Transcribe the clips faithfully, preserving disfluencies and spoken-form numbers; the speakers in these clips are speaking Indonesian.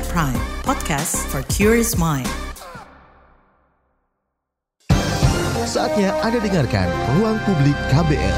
K B R Prime, podcast for curious mind. Saatnya Anda dengarkan Ruang Publik K B R.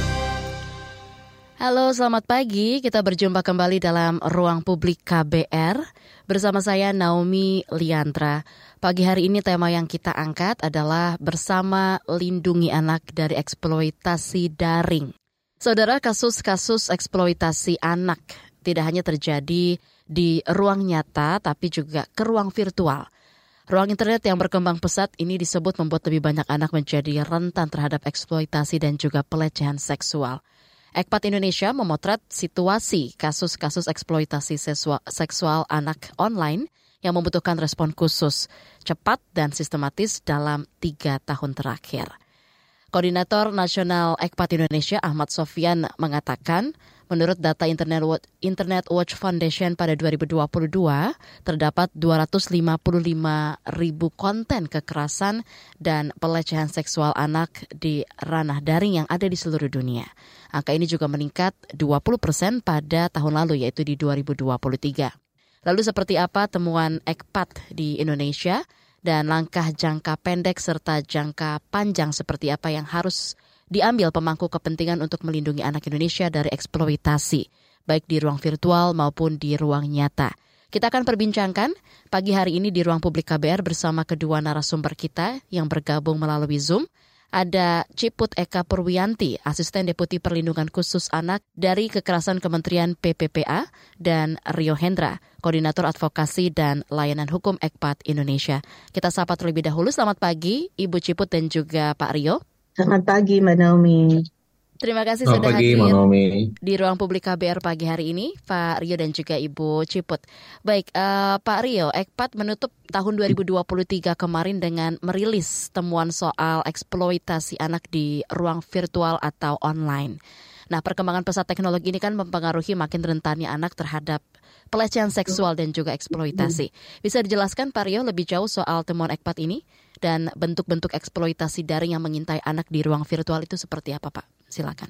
Halo, selamat pagi. Kita berjumpa kembali dalam Ruang Publik K B R bersama saya Naomi Liandra. Pagi hari ini tema yang kita angkat adalah bersama lindungi anak dari eksploitasi daring. Saudara, kasus-kasus eksploitasi anak tidak hanya terjadi di ruang nyata tapi juga ke ruang virtual. Ruang internet yang berkembang pesat ini disebut membuat lebih banyak anak menjadi rentan terhadap eksploitasi dan juga pelecehan seksual. Ekpat Indonesia memotret situasi kasus-kasus eksploitasi seksual, seksual anak online yang membutuhkan respon khusus, cepat dan sistematis dalam tiga tahun terakhir. Koordinator Nasional Ekpat Indonesia Ahmad Sofyan mengatakan, menurut data Internet Watch, Internet Watch Foundation pada dua ribu dua puluh dua, terdapat dua ratus lima puluh lima ribu konten kekerasan dan pelecehan seksual anak di ranah daring yang ada di seluruh dunia. Angka ini juga meningkat dua puluh persen pada tahun lalu, yaitu di dua ribu dua puluh tiga. Lalu seperti apa temuan Ekpat di Indonesia? Dan langkah jangka pendek serta jangka panjang seperti apa yang harus diambil pemangku kepentingan untuk melindungi anak Indonesia dari eksploitasi, baik di ruang virtual maupun di ruang nyata. Kita akan perbincangkan pagi hari ini di Ruang Publik K B R bersama kedua narasumber kita yang bergabung melalui Zoom. Ada Ciput Eka Purwiyanti, Asisten Deputi Perlindungan Khusus Anak dari Kekerasan Kementerian P P P A, dan Rio Hendra, Koordinator Advokasi dan Layanan Hukum Ekpat Indonesia. Kita sapa terlebih dahulu. Selamat pagi, Ibu Ciput dan juga Pak Rio. Selamat pagi, Mbak Naomi. Terima kasih Selamat sudah pagi, hadir Naomi. di Ruang Publik K B R pagi hari ini, Pak Rio dan juga Ibu Ciput. Baik, uh, Pak Rio, Ekpat menutup tahun dua ribu dua puluh tiga kemarin dengan merilis temuan soal eksploitasi anak di ruang virtual atau online. Nah, perkembangan pesat teknologi ini kan mempengaruhi makin rentannya anak terhadap pelecehan seksual dan juga eksploitasi. Bisa dijelaskan, Pak Rio, lebih jauh soal temuan Ekpat ini dan bentuk-bentuk eksploitasi daring yang mengintai anak di ruang virtual itu seperti apa, Pak? Silakan.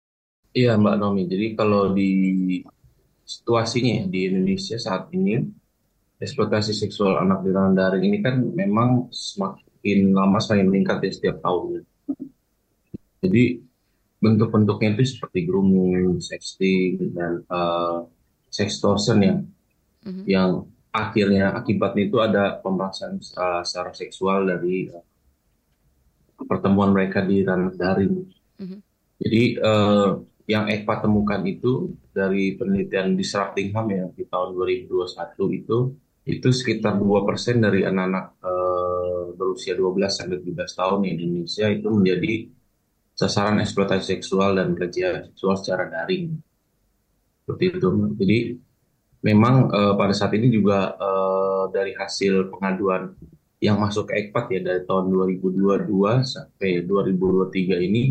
Iya, Mbak Naomi. Jadi kalau di situasinya di Indonesia saat ini, eksploitasi seksual anak di ranah daring ini kan memang semakin lama semakin meningkat ya setiap tahunnya. Jadi bentuk-bentuknya itu seperti grooming, sexting, dan uh, sextortion ya, mm-hmm. yang akhirnya akibatnya itu ada pemerasan uh, secara seksual dari uh, pertemuan mereka di ranah daring. Mm-hmm. Jadi uh, yang Ekpat temukan itu dari penelitian Disrupting Harm ya di tahun dua ribu dua puluh satu itu itu sekitar dua persen dari anak-anak uh, berusia dua belas sampai tujuh belas tahun di Indonesia itu menjadi sasaran eksploitasi seksual dan pelecehan seksual secara daring. Seperti itu. Jadi memang uh, pada saat ini juga uh, dari hasil pengaduan yang masuk ke Ekpat ya dari tahun dua ribu dua puluh dua sampai dua ribu dua puluh tiga ini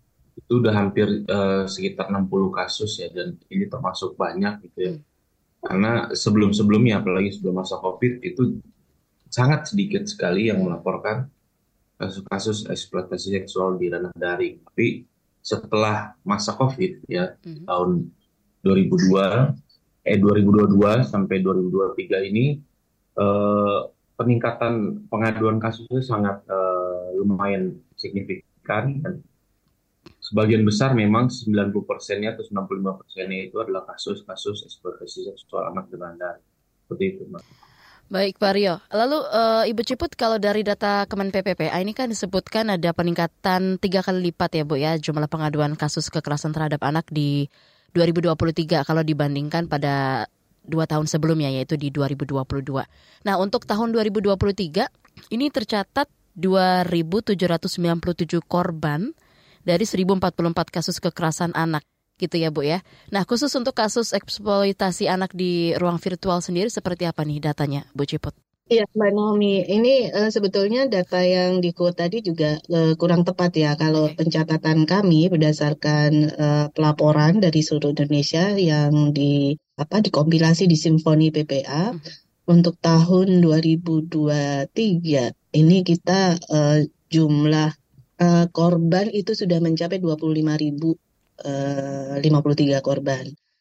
itu udah hampir uh, sekitar enam puluh kasus ya, dan ini termasuk banyak gitu ya. Hmm. Karena sebelum-sebelumnya apalagi sebelum masa Covid itu sangat sedikit sekali yang melaporkan kasus-kasus eksploitasi seksual di ranah daring. Tapi setelah masa Covid ya, hmm. tahun dua ribu dua eh dua ribu dua puluh dua sampai dua ribu dua puluh tiga ini eh, peningkatan pengaduan kasusnya sangat eh, lumayan signifikan, dan sebagian besar memang sembilan puluh persennya atau sembilan puluh lima persennya itu adalah kasus-kasus eksploitasi seksual anak di ranah daring. Seperti itu, Mbak. Baik, Pak Rio. Lalu uh, Ibu Ciput, kalau dari data Kemen P P P A ini kan disebutkan ada peningkatan tiga kali lipat ya Bu ya jumlah pengaduan kasus kekerasan terhadap anak di dua ribu dua puluh tiga kalau dibandingkan pada dua tahun sebelumnya, yaitu di dua ribu dua puluh dua. Nah, untuk tahun dua ribu dua puluh tiga ini tercatat dua ribu tujuh ratus sembilan puluh tujuh korban dari seribu empat puluh empat kasus kekerasan anak. Gitu ya Bu ya. Nah, khusus untuk kasus eksploitasi anak di ruang virtual sendiri seperti apa nih datanya, Bu Ciput? Iya, Mbak Naomi. Ini uh, sebetulnya data yang di-quote tadi juga uh, kurang tepat ya. Kalau okay. pencatatan kami berdasarkan uh, pelaporan dari seluruh Indonesia yang di apa dikompilasi di Simfoni P P A mm-hmm. untuk tahun dua ribu dua puluh tiga ini kita uh, jumlah uh, korban itu sudah mencapai dua puluh lima ribu lima puluh tiga korban.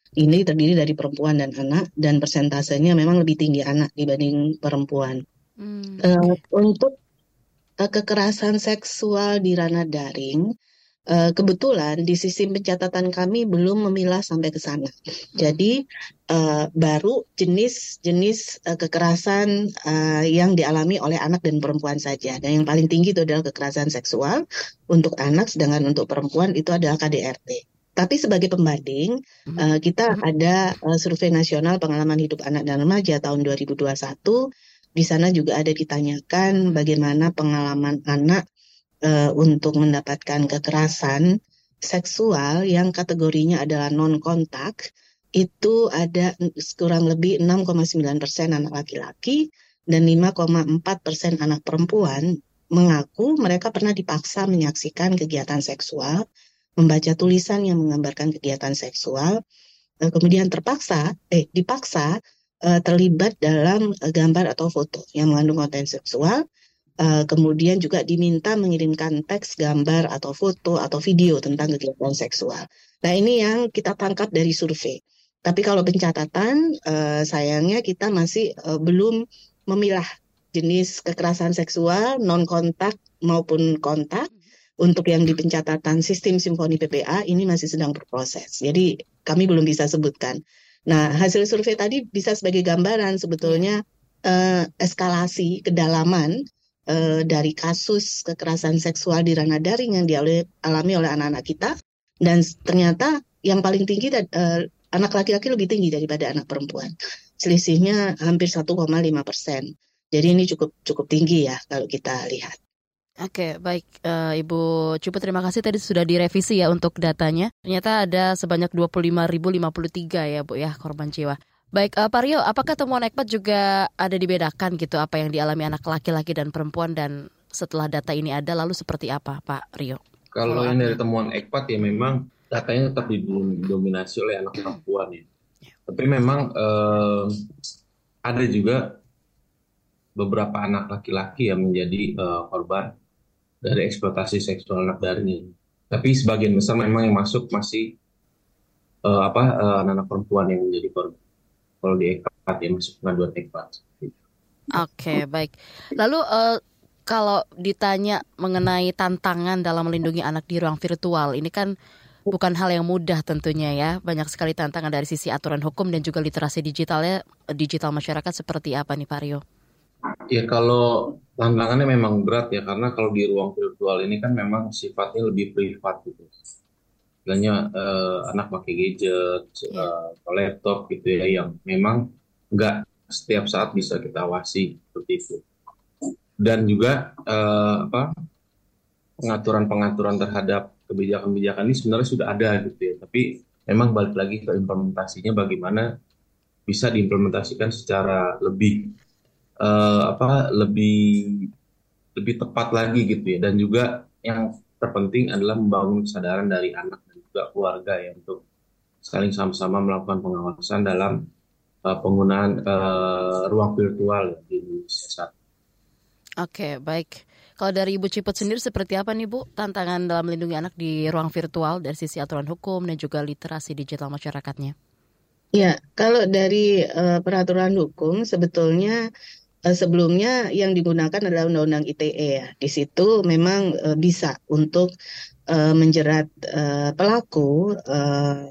ini terdiri dari perempuan dan anak, dan persentasenya memang lebih tinggi anak dibanding perempuan. Hmm, Uh, oke. untuk uh, kekerasan seksual di ranah daring, uh, kebetulan di sistem pencatatan kami belum memilah sampai ke sana. Jadi uh, baru jenis-jenis uh, kekerasan uh, yang dialami oleh anak dan perempuan saja. Dan yang paling tinggi itu adalah kekerasan seksual untuk anak, sedangkan untuk perempuan itu adalah K D R T. Tapi sebagai pembanding, uh, kita ada uh, survei nasional pengalaman hidup anak dan remaja tahun dua ribu dua puluh satu. Di sana juga ada ditanyakan bagaimana pengalaman anak uh, untuk mendapatkan kekerasan seksual yang kategorinya adalah non-kontak. Itu ada kurang lebih enam koma sembilan persen anak laki-laki dan lima koma empat persen anak perempuan mengaku mereka pernah dipaksa menyaksikan kegiatan seksual, membaca tulisan yang menggambarkan kegiatan seksual, kemudian terpaksa, eh dipaksa eh, terlibat dalam eh, gambar atau foto yang mengandung konten seksual, eh, kemudian juga diminta mengirimkan teks, gambar atau foto atau video tentang kegiatan seksual. Nah ini yang kita tangkap dari survei. Tapi kalau pencatatan, eh, sayangnya kita masih eh, belum memilah jenis kekerasan seksual non-kontak maupun kontak. Untuk yang di pencatatan sistem Simfoni P P A ini masih sedang berproses. Jadi kami belum bisa sebutkan. Nah, hasil survei tadi bisa sebagai gambaran sebetulnya eh, eskalasi kedalaman eh, dari kasus kekerasan seksual di ranah daring yang dialami oleh anak-anak kita. Dan ternyata yang paling tinggi eh, anak laki-laki lebih tinggi daripada anak perempuan. Selisihnya hampir satu koma lima persen. Jadi ini cukup cukup tinggi ya kalau kita lihat. Oke, baik uh, Ibu Cupu, terima kasih tadi sudah direvisi ya untuk datanya. Ternyata ada sebanyak dua puluh lima ribu lima puluh tiga ya Bu ya korban jiwa. Baik uh, Pak Rio, apakah temuan Ekpat juga ada dibedakan gitu apa yang dialami anak laki-laki dan perempuan, dan setelah data ini ada lalu seperti apa Pak Rio? Kalau yang dari temuan Ekpat ya memang datanya tetap didominasi oleh anak perempuan ya. ya. Tapi memang eh, ada juga beberapa anak laki-laki yang menjadi eh, korban dari eksploitasi seksual anak daring. Tapi sebagian besar memang yang masuk masih uh, apa uh, anak-anak perempuan yang menjadi korban. Kalau di Ekpat ya masuk pengaduan Ekpat. Oke, okay, baik. Lalu uh, kalau ditanya mengenai tantangan dalam melindungi anak di ruang virtual, ini kan bukan hal yang mudah tentunya ya. Banyak sekali tantangan dari sisi aturan hukum dan juga literasi digitalnya, digital masyarakat seperti apa nih Pak Rio? Ya kalau tantangannya memang berat ya, karena kalau di ruang virtual ini kan memang sifatnya lebih privat gitu. Misalnya eh, anak pakai gadget, yeah. eh, laptop gitu ya, yang memang nggak setiap saat bisa kita awasi seperti itu. Dan juga eh, apa pengaturan-pengaturan terhadap kebijakan-kebijakan ini sebenarnya sudah ada gitu ya, tapi memang balik lagi ke implementasinya bagaimana bisa diimplementasikan secara lebih Uh, apa lebih lebih tepat lagi gitu ya, dan juga yang terpenting adalah membangun kesadaran dari anak dan juga keluarga ya untuk saling sama-sama melakukan pengawasan dalam uh, penggunaan uh, ruang virtual ya, di Indonesia saat. Oke, baik. Kalau dari Ibu Ciput sendiri seperti apa nih Bu tantangan dalam melindungi anak di ruang virtual dari sisi aturan hukum dan juga literasi digital masyarakatnya? Ya, kalau dari uh, peraturan hukum sebetulnya sebelumnya yang digunakan adalah Undang-Undang I T E ya. Di situ memang uh, bisa untuk uh, menjerat uh, pelaku uh,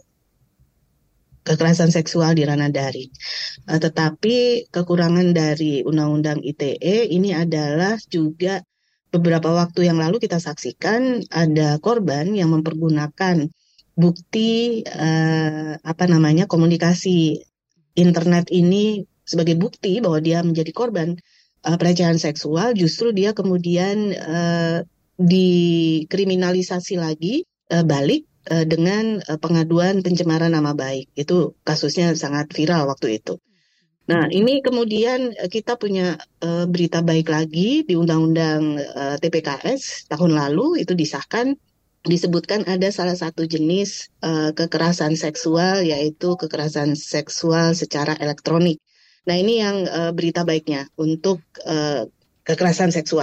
kekerasan seksual di ranah daring. Uh, tetapi kekurangan dari Undang-Undang I T E ini adalah juga beberapa waktu yang lalu kita saksikan ada korban yang mempergunakan bukti uh, apa namanya komunikasi internet ini sebagai bukti bahwa dia menjadi korban uh, pelecehan seksual, justru dia kemudian uh, dikriminalisasi lagi uh, balik uh, dengan uh, pengaduan pencemaran nama baik. Itu kasusnya sangat viral waktu itu. Nah, ini kemudian uh, kita punya uh, berita baik lagi di Undang-Undang uh, T P K S tahun lalu itu disahkan, disebutkan ada salah satu jenis uh, kekerasan seksual, yaitu kekerasan seksual secara elektronik. Nah ini yang uh, berita baiknya untuk uh, kekerasan seksual.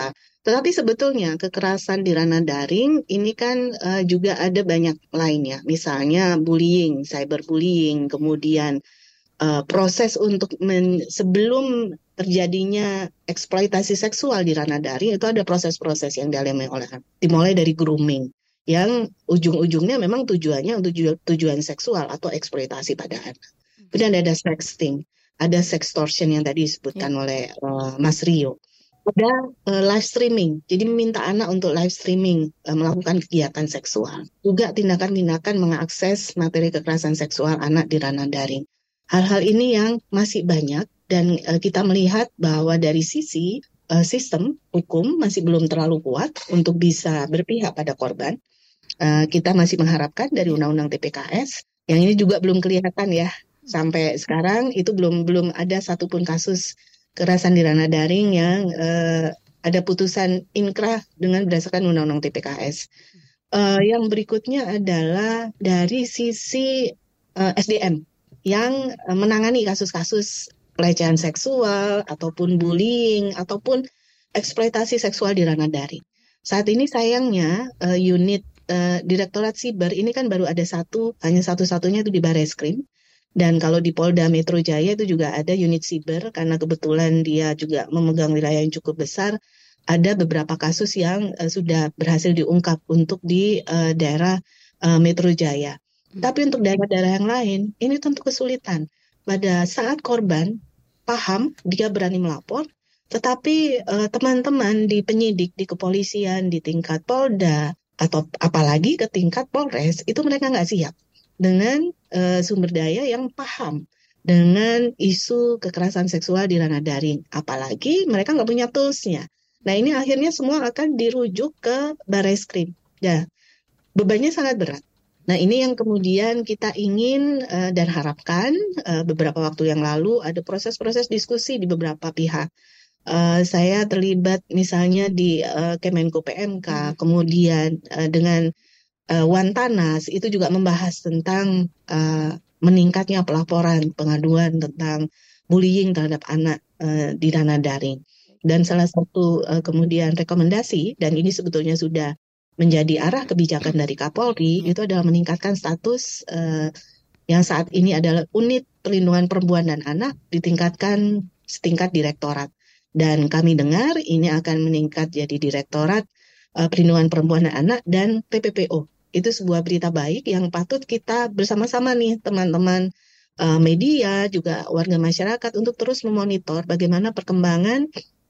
Tetapi sebetulnya kekerasan di ranah daring ini kan uh, juga ada banyak lainnya. Misalnya bullying, cyberbullying, kemudian uh, proses untuk men- sebelum terjadinya eksploitasi seksual di ranah daring itu ada proses-proses yang dialami oleh anak. Dimulai dari grooming yang ujung-ujungnya memang tujuannya untuk tuju- tujuan seksual atau eksploitasi pada anak. Kemudian ada sexting, ada sextortion yang tadi disebutkan yeah. oleh uh, Mas Rio. Ada uh, live streaming, jadi meminta anak untuk live streaming uh, melakukan kegiatan seksual. Juga tindakan-tindakan mengakses materi kekerasan seksual anak di ranah daring. Hal-hal ini yang masih banyak dan uh, kita melihat bahwa dari sisi uh, sistem hukum masih belum terlalu kuat untuk bisa berpihak pada korban. Uh, kita masih mengharapkan dari Undang-Undang T P K S yang ini juga belum kelihatan ya sampai sekarang itu belum belum ada satupun kasus kekerasan di ranah daring yang uh, ada putusan inkrah dengan berdasarkan Undang-Undang T P K S. Uh, yang berikutnya adalah dari sisi uh, S D M yang uh, menangani kasus-kasus pelecehan seksual ataupun bullying ataupun eksploitasi seksual di ranah daring. Saat ini sayangnya uh, unit uh, Direktorat Siber ini kan baru ada satu, hanya satu-satunya itu di Barreskrim. Dan kalau di Polda Metro Jaya itu juga ada unit siber karena kebetulan dia juga memegang wilayah yang cukup besar. Ada beberapa kasus yang uh, sudah berhasil diungkap untuk di uh, daerah uh, Metro Jaya. Hmm. Tapi untuk daerah-daerah yang lain ini tentu kesulitan. Pada saat korban paham dia berani melapor, tetapi uh, teman-teman di penyidik, di kepolisian, di tingkat Polda atau apalagi ke tingkat Polres itu mereka nggak siap dengan uh, sumber daya yang paham dengan isu kekerasan seksual di ranah daring. Apalagi mereka nggak punya toolsnya. Nah ini akhirnya semua akan dirujuk ke Barreskrim. Ya, bebannya sangat berat. Nah ini yang kemudian kita ingin uh, dan harapkan uh, beberapa waktu yang lalu ada proses-proses diskusi di beberapa pihak. Uh, saya terlibat misalnya di uh, Kemenko P M K, kemudian uh, dengan Uh, Wantanas itu juga membahas tentang uh, meningkatnya pelaporan pengaduan tentang bullying terhadap anak uh, di ranah daring. Dan salah satu uh, kemudian rekomendasi, dan ini sebetulnya sudah menjadi arah kebijakan dari Kapolri, itu adalah meningkatkan status uh, yang saat ini adalah unit perlindungan perempuan dan anak ditingkatkan setingkat direktorat. Dan kami dengar ini akan meningkat jadi direktorat uh, perlindungan perempuan dan anak dan P P P O. Itu sebuah berita baik yang patut kita bersama-sama nih teman-teman uh, media, juga warga masyarakat untuk terus memonitor bagaimana perkembangan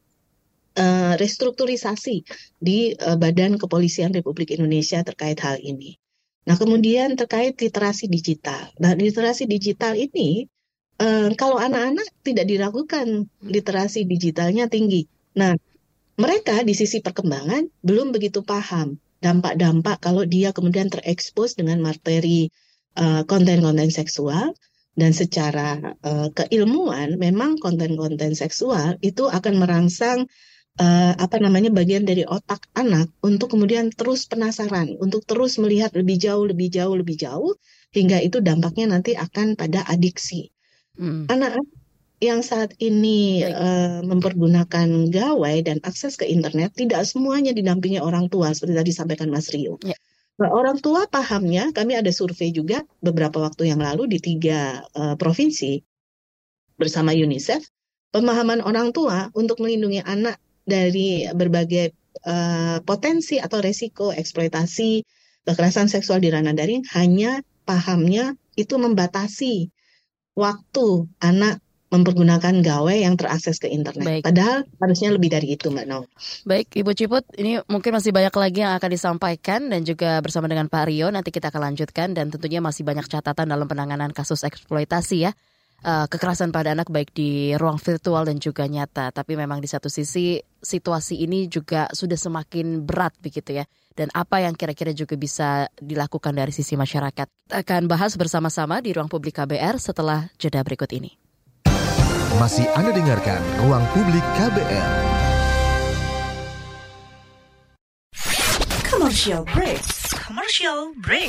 uh, restrukturisasi di uh, Badan Kepolisian Republik Indonesia terkait hal ini. Nah kemudian terkait literasi digital. Nah literasi digital ini uh, kalau anak-anak tidak diragukan literasi digitalnya tinggi. Nah mereka di sisi perkembangan belum begitu paham dampak-dampak kalau dia kemudian terekspos dengan materi uh, konten-konten seksual. Dan secara uh, keilmuan memang konten-konten seksual itu akan merangsang uh, apa namanya bagian dari otak anak untuk kemudian terus penasaran, untuk terus melihat lebih jauh, lebih jauh, lebih jauh, hingga itu dampaknya nanti akan pada adiksi. Hmm. Anak yang saat ini uh, mempergunakan gawai dan akses ke internet tidak semuanya didampingi orang tua seperti tadi disampaikan Mas Rio. Ya. Nah, orang tua pahamnya, kami ada survei juga beberapa waktu yang lalu di tiga uh, provinsi bersama UNICEF, pemahaman orang tua untuk melindungi anak dari berbagai uh, potensi atau resiko eksploitasi kekerasan seksual di ranah daring hanya pahamnya itu membatasi waktu anak mempergunakan gawai yang terakses ke internet. Baik. Padahal harusnya lebih dari itu, Mbak Nau. Baik, Ibu Ciput, ini mungkin masih banyak lagi yang akan disampaikan dan juga bersama dengan Pak Rio nanti kita akan lanjutkan dan tentunya masih banyak catatan dalam penanganan kasus eksploitasi ya. Uh, kekerasan pada anak baik di ruang virtual dan juga nyata. Tapi memang di satu sisi situasi ini juga sudah semakin berat begitu ya. Dan apa yang kira-kira juga bisa dilakukan dari sisi masyarakat. Kita akan bahas bersama-sama di Ruang Publik K B R setelah jeda berikut ini. Masih Anda dengarkan Ruang Publik K B R. Commercial break. Commercial break.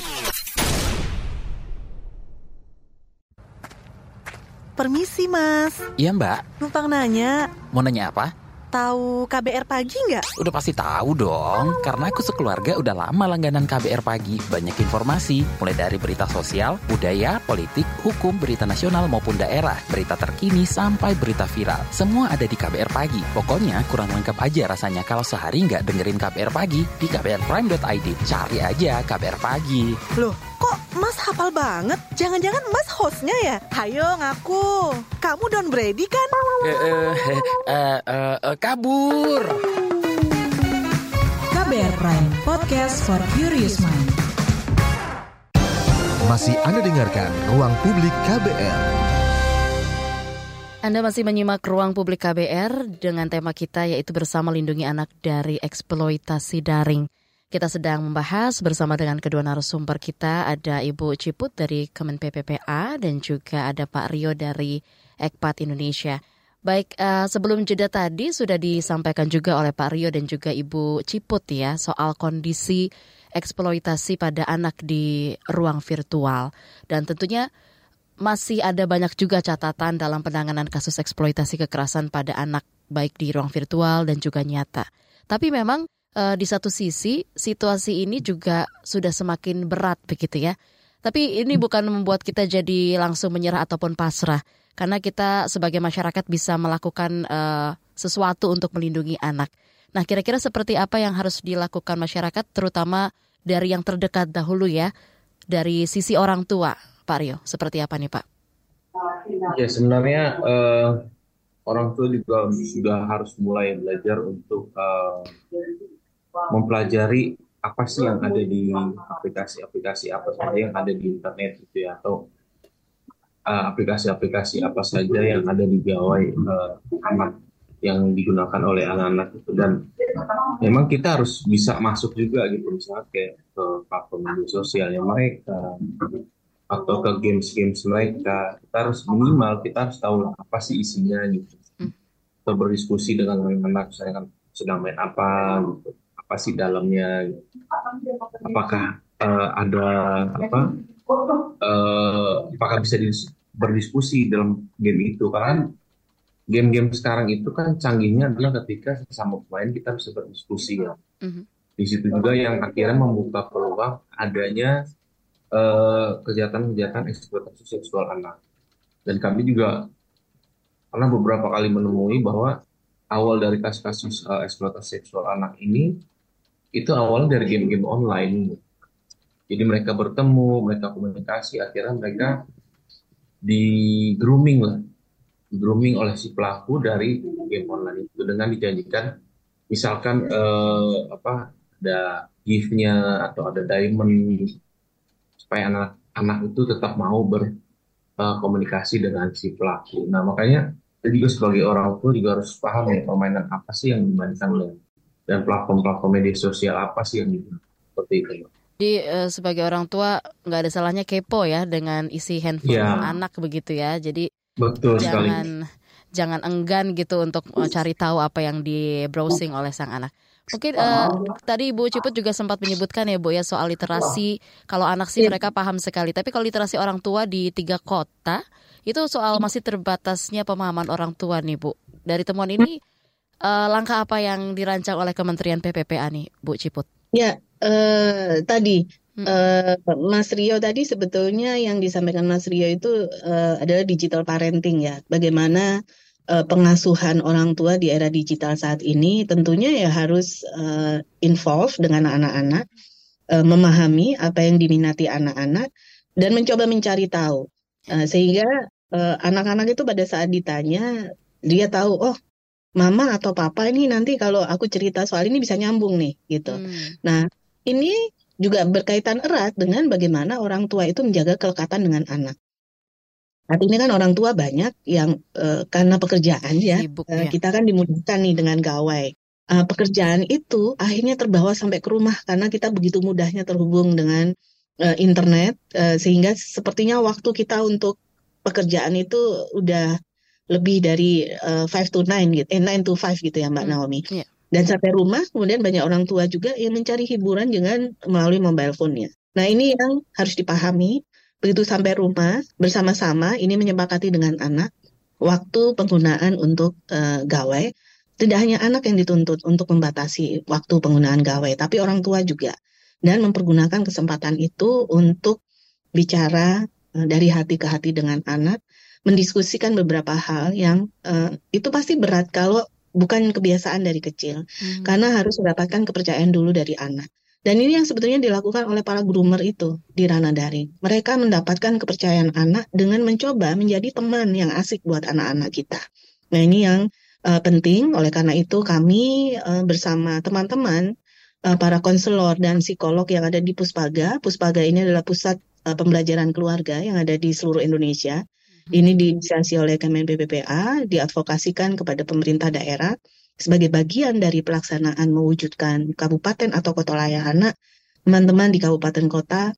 Permisi, Mas. Iya, Mbak. Numpang nanya. Mau nanya apa? Tahu K B R Pagi nggak? Udah pasti tahu dong, karena aku sekeluarga udah lama langganan K B R Pagi. Banyak informasi, mulai dari berita sosial, budaya, politik, hukum, berita nasional maupun daerah, berita terkini sampai berita viral. Semua ada di K B R Pagi. Pokoknya kurang lengkap aja rasanya kalau sehari nggak dengerin K B R Pagi di k b r prime dot i d. Cari aja K B R Pagi. Loh, kok Mas hafal banget? Jangan-jangan Mas hostnya ya? Hayo ngaku. Kamu Don Brady kan? Eh, eh, eh, eh, eh, kabur. K B R Prime, podcast for curious mind. Masih Anda dengarkan Ruang Publik K B R. Anda masih menyimak Ruang Publik K B R dengan tema kita yaitu bersama lindungi anak dari eksploitasi daring. Kita sedang membahas bersama dengan kedua narasumber kita, ada Ibu Ciput dari Kemen P P P A dan juga ada Pak Rio dari Ekpat Indonesia. Baik, uh, sebelum jeda tadi sudah disampaikan juga oleh Pak Rio dan juga Ibu Ciput ya soal kondisi eksploitasi pada anak di ruang virtual. Dan tentunya masih ada banyak juga catatan dalam penanganan kasus eksploitasi kekerasan pada anak baik di ruang virtual dan juga nyata. Tapi memang uh, di satu sisi situasi ini juga sudah semakin berat begitu ya. Tapi ini bukan membuat kita jadi langsung menyerah ataupun pasrah. Karena kita sebagai masyarakat bisa melakukan uh, sesuatu untuk melindungi anak. Nah, kira-kira seperti apa yang harus dilakukan masyarakat, terutama dari yang terdekat dahulu ya, dari sisi orang tua, Pak Rio. Seperti apa nih, Pak? Ya, sebenarnya uh, orang tua juga sudah harus mulai belajar untuk uh, mempelajari apa sih yang ada di aplikasi-aplikasi apa saja yang ada di internet gitu ya, atau Uh, aplikasi-aplikasi apa saja yang ada di gawai uh, anak yang digunakan oleh anak-anak itu. Dan memang kita harus bisa masuk juga gitu, misalnya kayak ke platform media sosialnya mereka atau ke games-games mereka. Kita harus minimal kita harus tahu apa sih isinya gitu. Kita berdiskusi dengan anak-anak, saya kan sedang main apa gitu, apa sih dalamnya gitu. Apakah uh, ada apa uh, apakah bisa di berdiskusi dalam game itu, karena game-game sekarang itu kan canggihnya adalah ketika sama pemain kita bisa berdiskusi ya. Mm-hmm. Di situ juga yang akhirnya membuka peluang adanya uh, kejahatan-kejahatan eksploitasi seksual anak. Dan kami juga pernah beberapa kali menemui bahwa awal dari kasus-kasus uh, eksploitasi seksual anak ini itu awalnya dari game-game online. Jadi mereka bertemu, mereka komunikasi, akhirnya mereka di grooming lah, di grooming oleh si pelaku dari game online itu dengan dijanjikan, misalkan eh, apa ada gift-nya atau ada diamond supaya anak-anak itu tetap mau berkomunikasi dengan si pelaku. Nah makanya kita juga sebagai orang tua juga harus paham ya permainan apa sih yang dimainkan oleh dan platform-platform media sosial apa sih yang digunakan seperti itu. Jadi uh, sebagai orang tua nggak ada salahnya kepo ya dengan isi handphone ya. Anak begitu ya. Jadi betul jangan sekali. jangan enggan gitu untuk uh, cari tahu apa yang di browsing oleh sang anak. Mungkin uh, tadi Ibu Ciput juga sempat menyebutkan ya Bu ya soal literasi. Kalau anak sih mereka paham sekali. Tapi kalau literasi orang tua di tiga kota itu soal masih terbatasnya pemahaman orang tua nih Bu. Dari temuan ini uh, langkah apa yang dirancang oleh Kementerian P P P A nih Bu Ciput? Ya, eh, tadi hmm. eh, Mas Rio tadi sebetulnya yang disampaikan Mas Rio itu eh, adalah digital parenting ya. Bagaimana eh, pengasuhan orang tua di era digital saat ini tentunya ya harus eh, involve dengan anak-anak, eh, memahami apa yang diminati anak-anak dan mencoba mencari tahu. Eh, sehingga eh, anak-anak itu pada saat ditanya dia tahu, oh mama atau papa ini nanti kalau aku cerita soal ini bisa nyambung nih gitu. Hmm. Nah ini juga berkaitan erat dengan bagaimana orang tua itu menjaga kelekatan dengan anak. Saat ini kan orang tua banyak yang uh, karena pekerjaan ya, Sibuk, uh, ya kita kan dimudahkan nih dengan gawai. Uh, pekerjaan itu akhirnya terbawa sampai ke rumah karena kita begitu mudahnya terhubung dengan uh, internet uh, sehingga sepertinya waktu kita untuk pekerjaan itu udah lebih dari uh, five to nine gitu, eh nine to five gitu ya Mbak hmm. Naomi. Yeah. Dan sampai rumah kemudian banyak orang tua juga yang mencari hiburan dengan melalui mobile phone-nya. Nah ini yang harus dipahami, begitu sampai rumah bersama-sama ini menyepakati dengan anak waktu penggunaan untuk uh, gawai tidak hanya anak yang dituntut untuk membatasi waktu penggunaan gawai, tapi orang tua juga. Dan mempergunakan kesempatan itu untuk bicara uh, dari hati ke hati dengan anak, mendiskusikan beberapa hal yang uh, itu pasti berat kalau bukan kebiasaan dari kecil. Hmm. Karena harus mendapatkan kepercayaan dulu dari anak. Dan ini yang sebetulnya dilakukan oleh para groomer itu di ranah daring. Mereka mendapatkan kepercayaan anak dengan mencoba menjadi teman yang asik buat anak-anak kita. Nah ini yang uh, penting, oleh karena itu kami uh, bersama teman-teman, uh, para konselor dan psikolog yang ada di Puspaga. Puspaga ini adalah pusat uh, pembelajaran keluarga yang ada di seluruh Indonesia. Ini diinisiasi oleh Kemen P P P A, diadvokasikan kepada pemerintah daerah sebagai bagian dari pelaksanaan mewujudkan kabupaten atau kota layak anak. Teman-teman di kabupaten kota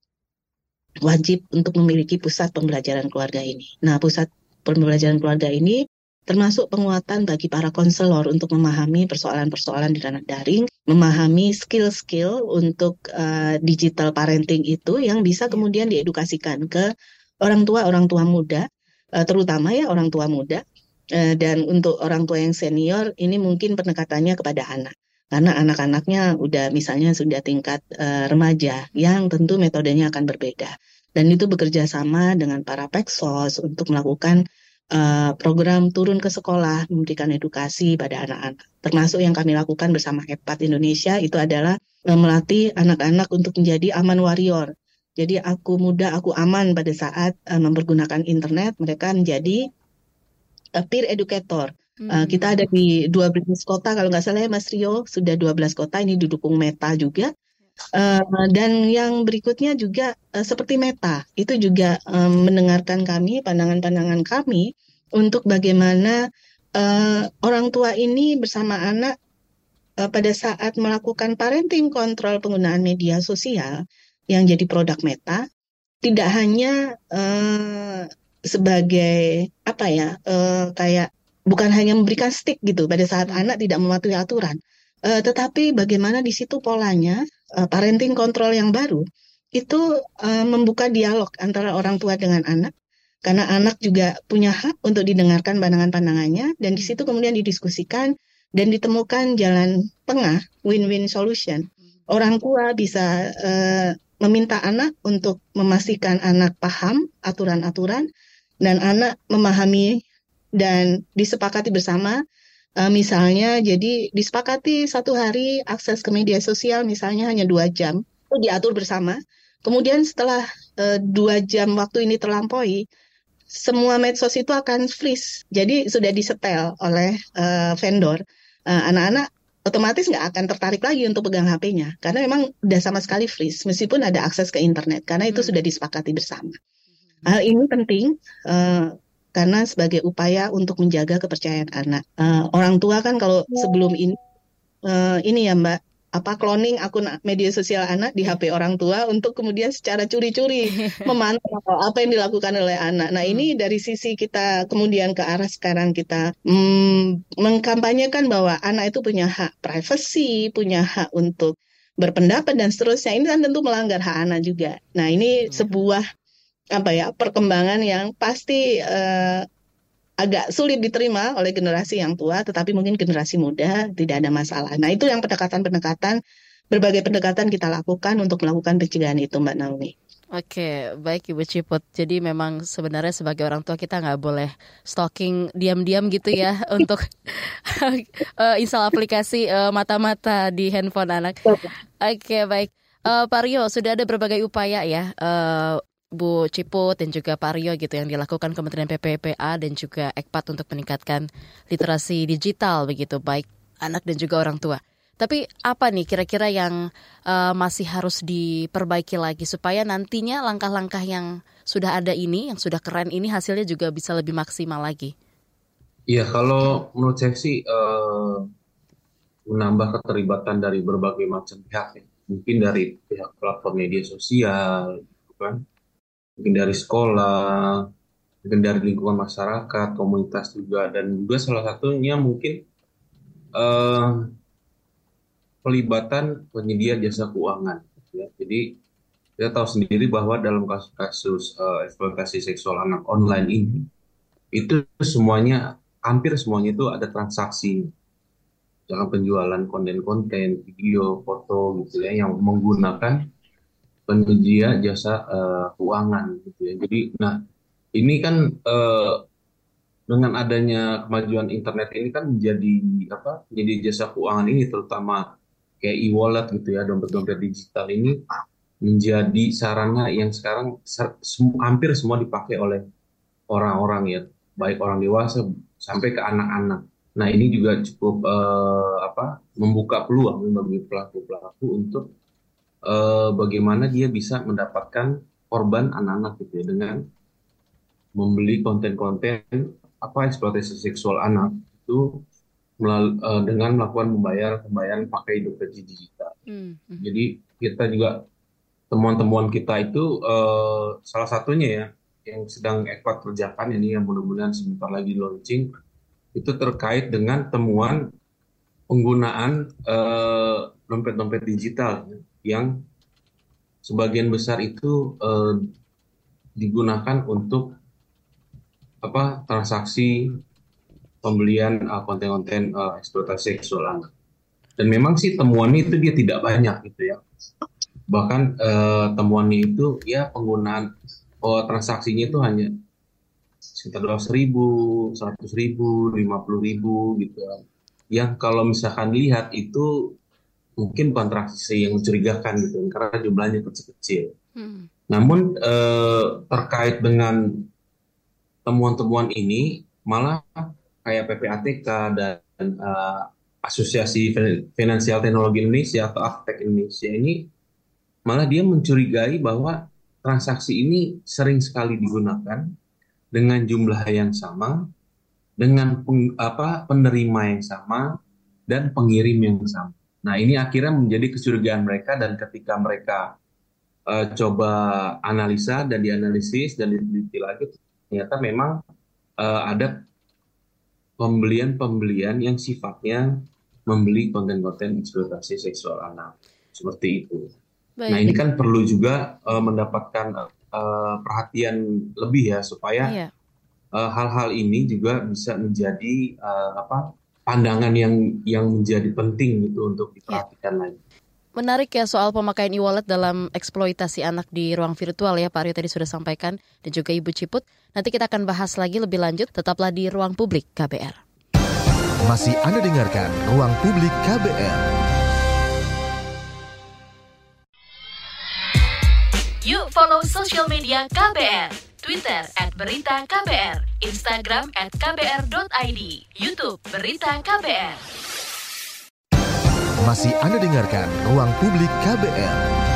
wajib untuk memiliki pusat pembelajaran keluarga ini. Nah, pusat pembelajaran keluarga ini termasuk penguatan bagi para konselor untuk memahami persoalan-persoalan di ranah daring, memahami skill-skill untuk uh, digital parenting itu yang bisa kemudian diedukasikan ke orang tua, orang tua muda, terutama ya orang tua muda, dan untuk orang tua yang senior ini mungkin pendekatannya kepada anak, karena anak-anaknya udah misalnya sudah tingkat uh, remaja yang tentu metodenya akan berbeda, dan itu bekerja sama dengan para Peksos untuk melakukan uh, program turun ke sekolah memberikan edukasi pada anak-anak, termasuk yang kami lakukan bersama EPAT Indonesia itu adalah uh, melatih anak-anak untuk menjadi aman warrior. Jadi aku muda, aku aman pada saat uh, mempergunakan internet, mereka menjadi uh, peer educator. Hmm. Uh, kita ada di dua belas kota, kalau nggak salah ya Mas Rio, sudah dua belas kota, ini didukung Meta juga. Uh, dan yang berikutnya juga uh, seperti Meta, itu juga um, mendengarkan kami, pandangan-pandangan kami, untuk bagaimana uh, orang tua ini bersama anak uh, pada saat melakukan parenting kontrol penggunaan media sosial, yang jadi produk Meta, tidak hanya uh, sebagai apa ya, uh, kayak bukan hanya memberikan stick gitu pada saat anak tidak mematuhi aturan, uh, tetapi bagaimana di situ polanya uh, parenting kontrol yang baru itu uh, membuka dialog antara orang tua dengan anak, karena anak juga punya hak untuk didengarkan pandangan-pandangannya, dan di situ kemudian didiskusikan dan ditemukan jalan tengah, win-win solution. Orang tua bisa uh, meminta anak untuk memastikan anak paham aturan-aturan dan anak memahami dan disepakati bersama. Uh, misalnya, jadi disepakati satu hari akses ke media sosial misalnya hanya dua jam, itu diatur bersama. Kemudian setelah uh, dua jam waktu ini terlampaui, semua medsos itu akan freeze. Jadi sudah disetel oleh uh, vendor. Uh, anak-anak otomatis nggak akan tertarik lagi untuk pegang H P-nya, karena memang udah sama sekali freeze, meskipun ada akses ke internet, karena itu hmm. sudah disepakati bersama. Hal ini penting, uh, karena sebagai upaya untuk menjaga kepercayaan anak. Uh, orang tua kan kalau sebelum ini, uh, ini ya Mbak, apa cloning akun media sosial anak di H P orang tua untuk kemudian secara curi-curi memantau apa yang dilakukan oleh anak. Nah ini dari sisi kita kemudian ke arah sekarang kita hmm, mengkampanyekan bahwa anak itu punya hak privasi, punya hak untuk berpendapat dan seterusnya. Ini kan tentu melanggar hak anak juga. Nah ini sebuah apa ya perkembangan yang pasti uh, agak sulit diterima oleh generasi yang tua, tetapi mungkin generasi muda tidak ada masalah. Nah itu yang pendekatan-pendekatan, berbagai pendekatan kita lakukan untuk melakukan pencegahan itu Mbak Naomi. Oke, baik Ibu Ciput. Jadi memang sebenarnya sebagai orang tua kita nggak boleh stalking diam-diam gitu ya untuk uh, install aplikasi uh, mata-mata di handphone anak. Oke, baik. Uh, Pak Rio, sudah ada berbagai upaya ya, uh, Bu Ciput dan juga Pak Rio gitu yang dilakukan Kementerian P P P A dan juga EKPAT untuk meningkatkan literasi digital begitu, baik anak dan juga orang tua. Tapi apa nih kira-kira yang uh, masih harus diperbaiki lagi supaya nantinya langkah-langkah yang sudah ada ini, yang sudah keren ini hasilnya juga bisa lebih maksimal lagi? Iya, kalau menurut saya sih uh, menambah keterlibatan dari berbagai macam pihak, ya. Mungkin dari pihak platform media sosial, kan? Mungkin dari sekolah, mungkin dari lingkungan masyarakat, komunitas juga, dan juga salah satunya mungkin uh, pelibatan penyedia jasa keuangan. Ya. Jadi kita tahu sendiri bahwa dalam kasus-kasus uh, eksploitasi seksual anak online ini, itu semuanya, hampir semuanya itu ada transaksi. misalkan penjualan konten-konten, video, foto gitu ya, yang menggunakan penyedia jasa uh, keuangan gitu ya. Jadi, nah ini kan uh, dengan adanya kemajuan internet ini kan menjadi apa? Menjadi jasa keuangan ini terutama kayak e-wallet gitu ya, dompet-dompet digital ini menjadi sarana yang sekarang ser- sem- hampir semua dipakai oleh orang-orang ya, baik orang dewasa sampai ke anak-anak. Nah, ini juga cukup eh, apa? Membuka peluang bagi pelaku-pelaku untuk eh, bagaimana dia bisa mendapatkan korban anak-anak gitu ya, dengan membeli konten-konten apa eksploitasi seksual anak itu melalui, eh, dengan melakukan pembayaran pembayaran pakai dompet digital. Hmm, hmm. Jadi kita juga temuan-temuan kita itu eh, salah satunya ya yang sedang Ekpat kerjakan ini yang mudah-mudahan sebentar lagi launching itu terkait dengan temuan penggunaan eh, dompet-dompet digital yang sebagian besar itu eh, digunakan untuk apa transaksi pembelian uh, konten-konten uh, eksploitasi seksual anak. Dan memang sih temuannya itu dia tidak banyak gitu ya. Bahkan uh, temuannya itu ya penggunaan oh, transaksinya itu hanya sekitar dua ratus ribu, seratus ribu, lima puluh ribu gitu. Yang kalau misalkan lihat itu mungkin bukan transaksi yang mencurigakan gitu karena jumlahnya kecil-kecil. Hmm. Namun eh, terkait dengan temuan-temuan ini malah kayak P P A T K dan uh, Asosiasi Finansial Teknologi Indonesia atau Aftek Indonesia ini malah dia mencurigai bahwa transaksi ini sering sekali digunakan dengan jumlah yang sama, dengan peng, apa, penerima yang sama, dan pengirim yang sama. Nah ini akhirnya menjadi kecurigaan mereka dan ketika mereka uh, coba analisa dan dianalisis dan diteliti lagi, ternyata memang uh, ada pembelian-pembelian yang sifatnya membeli konten-konten eksploitasi seksual anak seperti itu. Baik. Nah ini kan perlu juga uh, mendapatkan uh, perhatian lebih ya supaya iya. uh, hal-hal ini juga bisa menjadi uh, apa pandangan yang yang menjadi penting gitu untuk diperhatikan iya. lagi. Menarik ya soal pemakaian e-wallet dalam eksploitasi anak di ruang virtual ya Pak Aryo tadi sudah sampaikan dan juga Ibu Ciput. Nanti kita akan bahas lagi lebih lanjut, tetaplah di Ruang Publik K B R. Masih Anda dengarkan Ruang Publik K B R. Yuk follow social media K B R. Twitter at Berita K B R, Instagram at k b r dot i d, YouTube Berita K B R. Masih Anda dengarkan Ruang Publik K B R.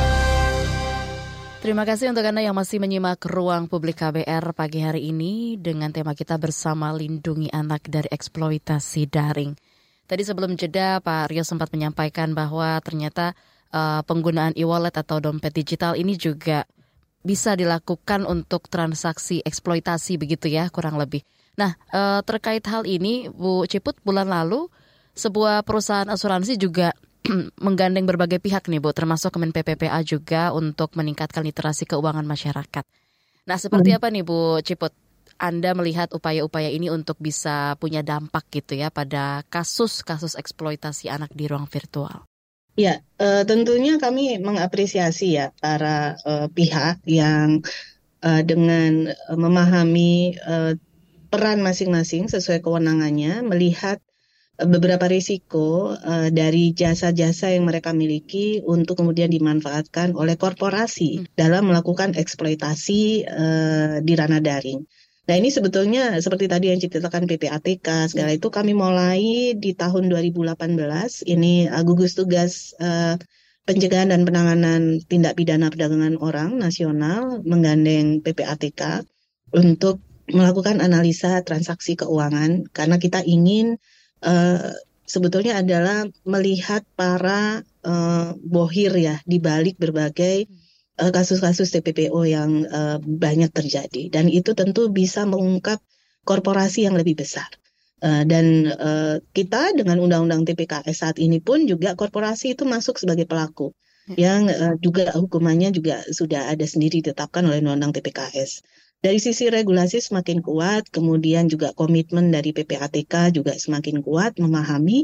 Terima kasih untuk Anda yang masih menyimak Ruang Publik K B R pagi hari ini dengan tema kita bersama lindungi anak dari eksploitasi daring. Tadi sebelum jeda Pak Aryo sempat menyampaikan bahwa ternyata uh, penggunaan e-wallet atau dompet digital ini juga bisa dilakukan untuk transaksi eksploitasi begitu ya kurang lebih. Nah uh, terkait hal ini Bu Ciput, bulan lalu sebuah perusahaan asuransi juga menggandeng berbagai pihak nih Bu, termasuk Kemen P P P A juga untuk meningkatkan literasi keuangan masyarakat. Nah seperti apa nih Bu Ciput, Anda melihat upaya-upaya ini untuk bisa punya dampak gitu ya pada kasus-kasus eksploitasi anak di ruang virtual? Ya, uh, tentunya kami mengapresiasi ya para uh, pihak yang uh, dengan uh, memahami uh, peran masing-masing sesuai kewenangannya, melihat beberapa risiko uh, dari jasa-jasa yang mereka miliki untuk kemudian dimanfaatkan oleh korporasi hmm. dalam melakukan eksploitasi uh, di ranah daring. Nah ini sebetulnya seperti tadi yang diceritakan P P A T K segala itu kami mulai di tahun dua ribu delapan belas. Ini uh, gugus tugas uh, pencegahan dan penanganan tindak pidana perdagangan orang nasional menggandeng P P A T K untuk melakukan analisa transaksi keuangan karena kita ingin Uh, sebetulnya adalah melihat para uh, bohir ya di balik berbagai uh, kasus-kasus T P P O yang uh, banyak terjadi dan itu tentu bisa mengungkap korporasi yang lebih besar uh, dan uh, kita dengan undang-undang T P K S saat ini pun juga korporasi itu masuk sebagai pelaku yang uh, juga hukumannya juga sudah ada sendiri ditetapkan oleh undang-undang T P K S. Dari sisi regulasi semakin kuat, kemudian juga komitmen dari P P A T K juga semakin kuat memahami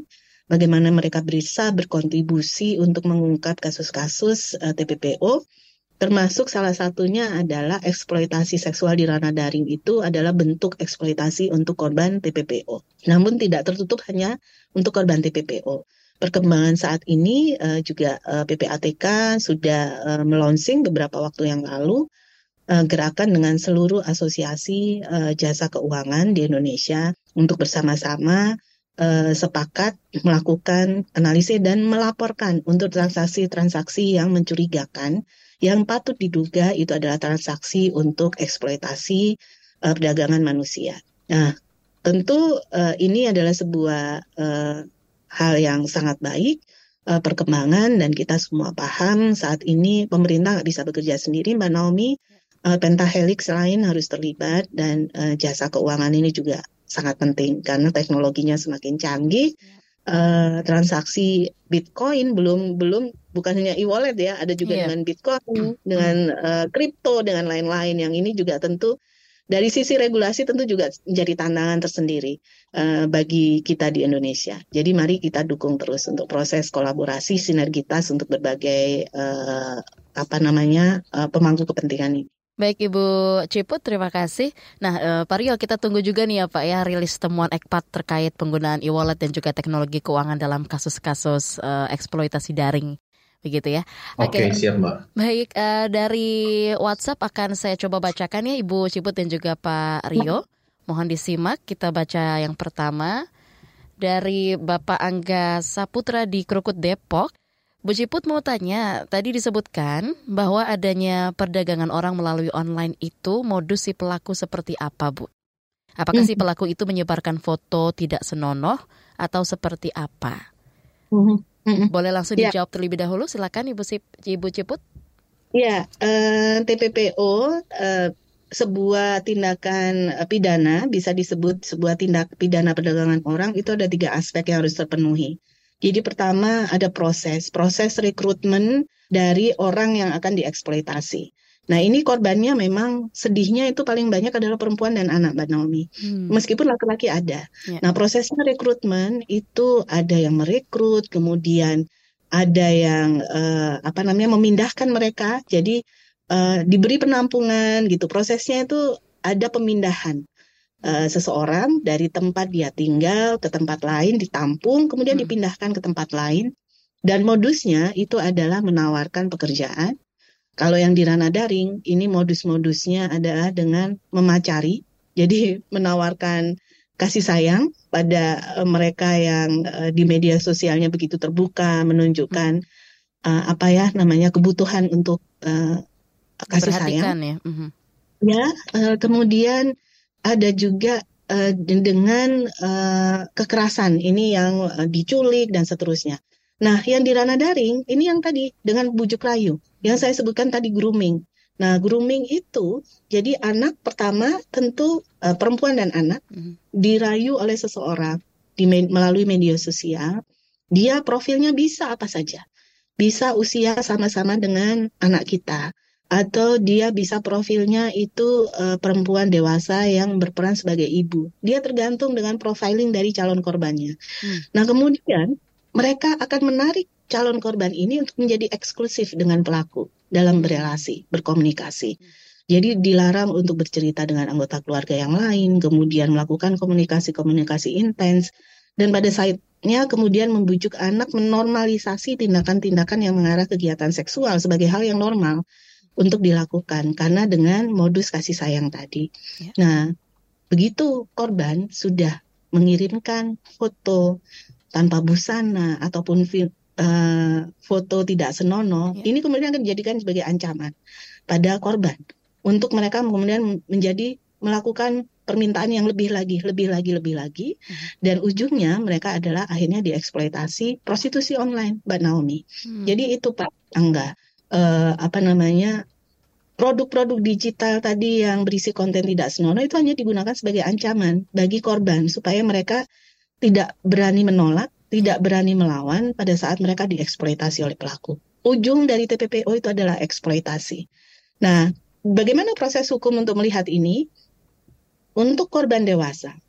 bagaimana mereka bisa berkontribusi untuk mengungkap kasus-kasus uh, T P P O, termasuk salah satunya adalah eksploitasi seksual di ranah daring itu adalah bentuk eksploitasi untuk korban T P P O. Namun tidak tertutup hanya untuk korban T P P O. Perkembangan saat ini uh, juga uh, P P A T K sudah uh, melaunching beberapa waktu yang lalu uh, gerakan dengan seluruh asosiasi uh, jasa keuangan di Indonesia untuk bersama-sama Uh, sepakat melakukan analisis dan melaporkan untuk transaksi-transaksi yang mencurigakan, yang patut diduga itu adalah transaksi untuk eksploitasi uh, perdagangan manusia. Nah, tentu uh, ini adalah sebuah uh, hal yang sangat baik, uh, perkembangan, dan kita semua paham saat ini pemerintah nggak bisa bekerja sendiri, Mbak Naomi. Uh, Pentahelix lain harus terlibat, dan uh, jasa keuangan ini juga sangat penting karena teknologinya semakin canggih. Uh, transaksi Bitcoin belum belum bukan hanya e-wallet ya, ada juga yeah. dengan Bitcoin, dengan uh, kripto, dengan lain-lain. Yang ini juga tentu dari sisi regulasi tentu juga menjadi tantangan tersendiri uh, bagi kita di Indonesia. Jadi mari kita dukung terus untuk proses kolaborasi sinergitas untuk berbagai uh, apa namanya uh, pemangku kepentingan ini. Baik Ibu Ciput, terima kasih. Nah eh, Pak Rio, kita tunggu juga nih ya Pak ya rilis temuan Ekpat terkait penggunaan e-wallet dan juga teknologi keuangan dalam kasus-kasus eh, eksploitasi daring. Begitu ya. Oke, okay, siap Mbak. Baik, eh, dari WhatsApp akan saya coba bacakan ya Ibu Ciput dan juga Pak Rio. Mohon disimak, kita baca yang pertama. Dari Bapak Angga Saputra di Krukut, Depok. Bu Ciput mau tanya, tadi disebutkan bahwa adanya perdagangan orang melalui online itu modus si pelaku seperti apa, Bu? Apakah si pelaku itu menyebarkan foto tidak senonoh atau seperti apa? Boleh langsung ya. Dijawab terlebih dahulu, silakan Ibu Sip, Ibu Ciput. Ya, eh, T P P O eh, sebuah tindakan pidana, bisa disebut sebuah tindak pidana perdagangan orang, itu ada tiga aspek yang harus terpenuhi. Jadi pertama ada proses, proses rekrutmen dari orang yang akan dieksploitasi. Nah ini korbannya memang sedihnya itu paling banyak adalah perempuan dan anak, Mbak Naomi. Hmm. Meskipun laki-laki ada. Ya. Nah prosesnya rekrutmen itu ada yang merekrut, kemudian ada yang uh, apa namanya memindahkan mereka. Jadi uh, diberi penampungan gitu. Prosesnya itu ada pemindahan. Uh, seseorang dari tempat dia tinggal ke tempat lain, ditampung, kemudian hmm. dipindahkan ke tempat lain. Dan modusnya itu adalah menawarkan pekerjaan. Kalau yang di ranah daring, ini modus-modusnya adalah dengan memacari. Jadi menawarkan kasih sayang pada uh, mereka yang uh, di media sosialnya begitu terbuka, menunjukkan uh, apa ya namanya kebutuhan untuk uh, kasih sayang. Ya, uh-huh. ya uh, kemudian ada juga uh, dengan uh, kekerasan, ini yang uh, diculik dan seterusnya. Nah, yang di ranah daring, ini yang tadi dengan bujuk rayu, yang saya sebutkan tadi grooming. Nah, grooming itu, jadi anak pertama tentu uh, perempuan dan anak mm-hmm. dirayu oleh seseorang di me- melalui media sosial. Dia profilnya bisa apa saja, bisa usia sama-sama dengan anak kita. Atau dia bisa profilnya itu uh, perempuan dewasa yang berperan sebagai ibu. Dia tergantung dengan profiling dari calon korbannya. Hmm. Nah kemudian mereka akan menarik calon korban ini untuk menjadi eksklusif dengan pelaku dalam berelasi, berkomunikasi. Jadi dilarang untuk bercerita dengan anggota keluarga yang lain, kemudian melakukan komunikasi-komunikasi intens, dan pada saatnya kemudian membujuk anak menormalisasi tindakan-tindakan yang mengarah kegiatan seksual sebagai hal yang normal untuk dilakukan karena dengan modus kasih sayang tadi. Ya. Nah, begitu korban sudah mengirimkan foto tanpa busana ataupun uh, foto tidak senonoh, ya. Ini kemudian akan dijadikan sebagai ancaman pada korban untuk mereka kemudian menjadi melakukan permintaan yang lebih lagi, lebih lagi, lebih lagi, hmm. dan ujungnya mereka adalah akhirnya dieksploitasi prostitusi online, Mbak Naomi. Hmm. Jadi itu Pak Angga. Uh, apa namanya produk-produk digital tadi yang berisi konten tidak senonoh itu hanya digunakan sebagai ancaman bagi korban supaya mereka tidak berani menolak, tidak berani melawan pada saat mereka dieksploitasi oleh pelaku. Ujung dari T P P O itu adalah eksploitasi. Nah, bagaimana proses hukum untuk melihat ini? Untuk korban dewasa,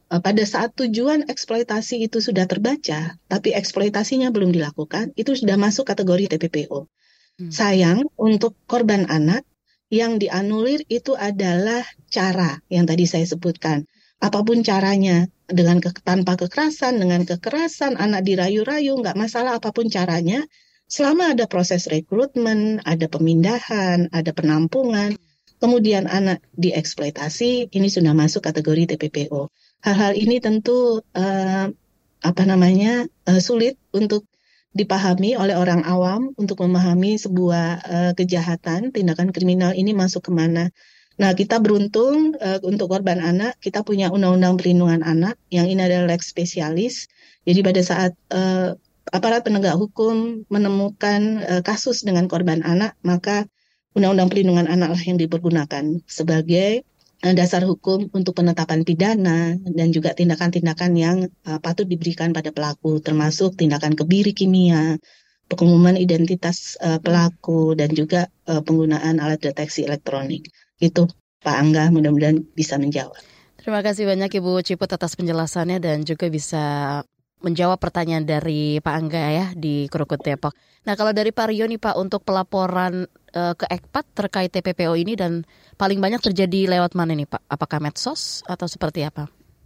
uh, pada saat tujuan eksploitasi itu sudah terbaca, tapi eksploitasinya belum dilakukan, itu sudah masuk kategori T P P O. Hmm. Sayang, untuk korban anak, yang dianulir itu adalah cara yang tadi saya sebutkan. Apapun caranya, dengan ke, tanpa kekerasan, dengan kekerasan, anak dirayu-rayu, nggak masalah apapun caranya, selama ada proses rekrutmen, ada pemindahan, ada penampungan, kemudian anak dieksploitasi, ini sudah masuk kategori T P P O. Hal-hal ini tentu uh, apa namanya uh, sulit untuk dipahami oleh orang awam, untuk memahami sebuah uh, kejahatan, tindakan kriminal ini masuk kemana. Nah, kita beruntung uh, untuk korban anak, kita punya Undang-Undang Perlindungan Anak, yang ini adalah lex spesialis. Jadi pada saat uh, aparat penegak hukum menemukan uh, kasus dengan korban anak, maka Undang-Undang Perlindungan Anak lah yang dipergunakan sebagai uh, dasar hukum untuk penetapan pidana dan juga tindakan-tindakan yang uh, patut diberikan pada pelaku, termasuk tindakan kebiri kimia, pengumuman identitas uh, pelaku, dan juga uh, penggunaan alat deteksi elektronik. Itu Pak Angga, mudah-mudahan bisa menjawab. Terima kasih banyak Ibu Ciput atas penjelasannya dan juga bisa menjawab pertanyaan dari Pak Angga ya di Krukut Depok. Nah, kalau dari Pak Rio nih Pak, untuk pelaporan uh, ke Ekpat terkait T P P O ini dan paling banyak terjadi lewat mana nih Pak? Apakah medsos atau seperti apa?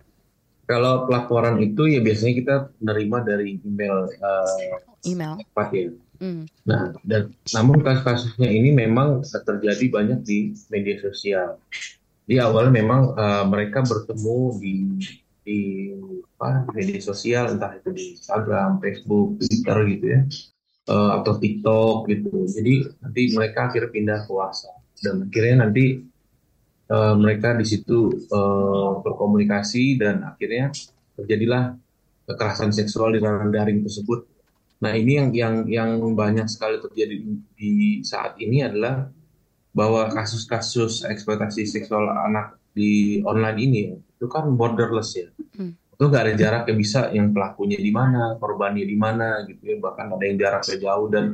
Kalau pelaporan itu ya biasanya kita menerima dari email uh, email Ekpat ya. Hmm. Nah, dan namun kasus-kasusnya ini memang terjadi banyak di media sosial. Di awal memang uh, mereka bertemu di di apa, media sosial, entah itu di Instagram, Facebook, Twitter gitu ya, uh, atau TikTok gitu. Jadi nanti mereka akhirnya pindah ke WhatsApp dan akhirnya nanti uh, mereka di situ uh, berkomunikasi dan akhirnya terjadilah kekerasan seksual di ranah daring tersebut. Nah, ini yang yang yang banyak sekali terjadi di saat ini adalah bahwa kasus-kasus eksploitasi seksual anak di online ini itu kan borderless ya. Hmm. Itu nggak ada jarak yang bisa, yang pelakunya di mana, korbannya di mana gitu ya, bahkan ada yang jaraknya jauh. Dan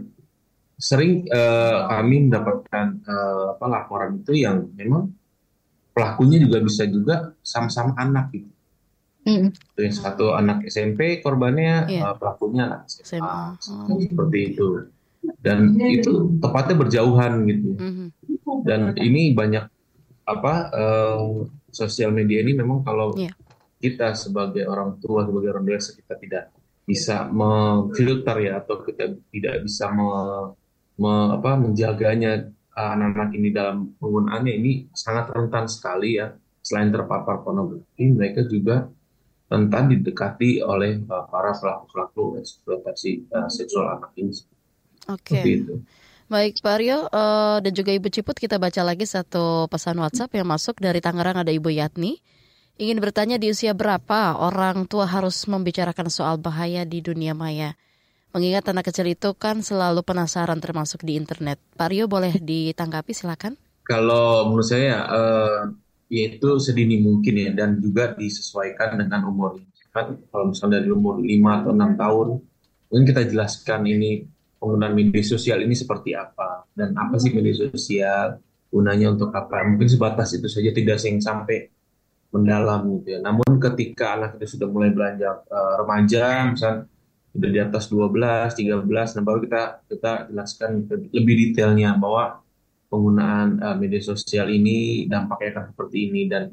sering uh, kami mendapatkan uh, apa, laporan itu yang memang pelakunya juga bisa juga sama-sama anak gitu. Mm. Yang satu anak S M P korbannya, yeah. uh, pelakunya anak S M A, S M A. Oh. Seperti itu. Dan itu tepatnya berjauhan gitu. Mm-hmm. Dan ini banyak apa uh, sosial media ini memang kalau yeah. kita sebagai orang tua, sebagai orang dewasa, kita tidak bisa memfilter ya, atau kita tidak bisa me, me, apa, menjaganya uh, anak-anak ini dalam penggunaannya, ini sangat rentan sekali ya. Selain terpapar pornografi, mereka juga rentan didekati oleh uh, para pelaku-pelaku eksploitasi uh, seksual anak ini. Oke. Okay. Baik Pak Rio uh, dan juga Ibu Ciput, kita baca lagi satu pesan WhatsApp yang masuk dari Tangerang. Ada Ibu Yatni. Ingin bertanya, di usia berapa orang tua harus membicarakan soal bahaya di dunia maya? Mengingat anak kecil itu kan selalu penasaran, termasuk di internet. Pak Rio boleh ditanggapi, silakan. Kalau menurut saya uh, yaitu sedini mungkin ya, dan juga disesuaikan dengan umurnya. Kan kalau misalnya dari umur lima atau enam tahun, mungkin kita jelaskan ini penggunaan media sosial ini seperti apa, dan apa sih media sosial, gunanya untuk apa. Mungkin sebatas itu saja, tidak sing sampai mendalam gitu ya. Namun ketika anak itu sudah mulai beranjak uh, remaja, misalnya sudah di atas dua belas, tiga belas, nah baru kita kita jelaskan lebih detailnya bahwa penggunaan uh, media sosial ini dampaknya akan seperti ini, dan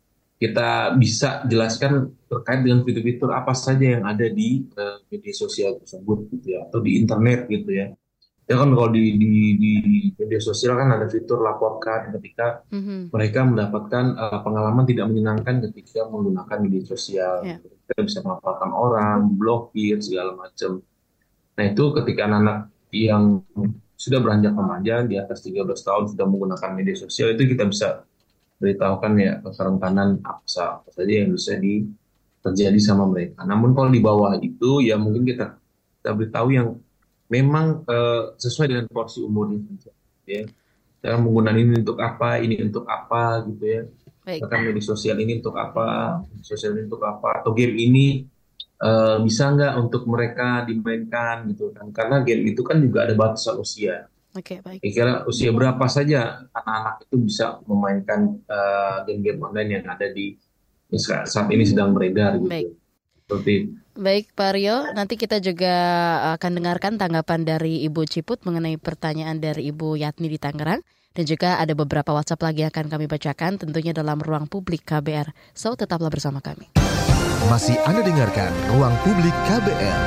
kita bisa jelaskan terkait dengan fitur-fitur apa saja yang ada di uh, media sosial tersebut gitu ya, atau di internet gitu ya. Ya kan kalau di, di, di media sosial kan ada fitur laporkan ketika mm-hmm. mereka mendapatkan uh, pengalaman tidak menyenangkan ketika menggunakan media sosial. Yeah. Kita bisa melaporkan orang, blokir segala macam. Nah itu ketika anak-anak yang sudah beranjak remaja di atas tiga belas tahun sudah menggunakan media sosial, itu kita bisa beritahukan ya kerentanan apa saja yang bisa di, terjadi sama mereka. Namun kalau di bawah itu ya mungkin kita kita beritahu yang memang uh, sesuai dengan porsi umurnya ya. Cara menggunakan ini untuk apa, ini untuk apa gitu ya. Bahkan media sosial ini untuk apa, media sosial ini untuk apa, atau game ini Uh, bisa nggak untuk mereka dimainkan gitu kan, karena game itu kan juga ada batasan usia. Oke, okay, baik. Kira-kira usia berapa saja anak-anak itu bisa memainkan uh, game-game online yang ada di saat ini sedang beredar gitu. Baik. Seperti Baik Pak Rio, nanti kita juga akan dengarkan tanggapan dari Ibu Ciput mengenai pertanyaan dari Ibu Yatni di Tangerang. Dan juga ada beberapa WhatsApp lagi yang akan kami bacakan tentunya dalam Ruang Publik K B R. So, tetaplah bersama kami. Masih Anda dengarkan Ruang Publik K B R.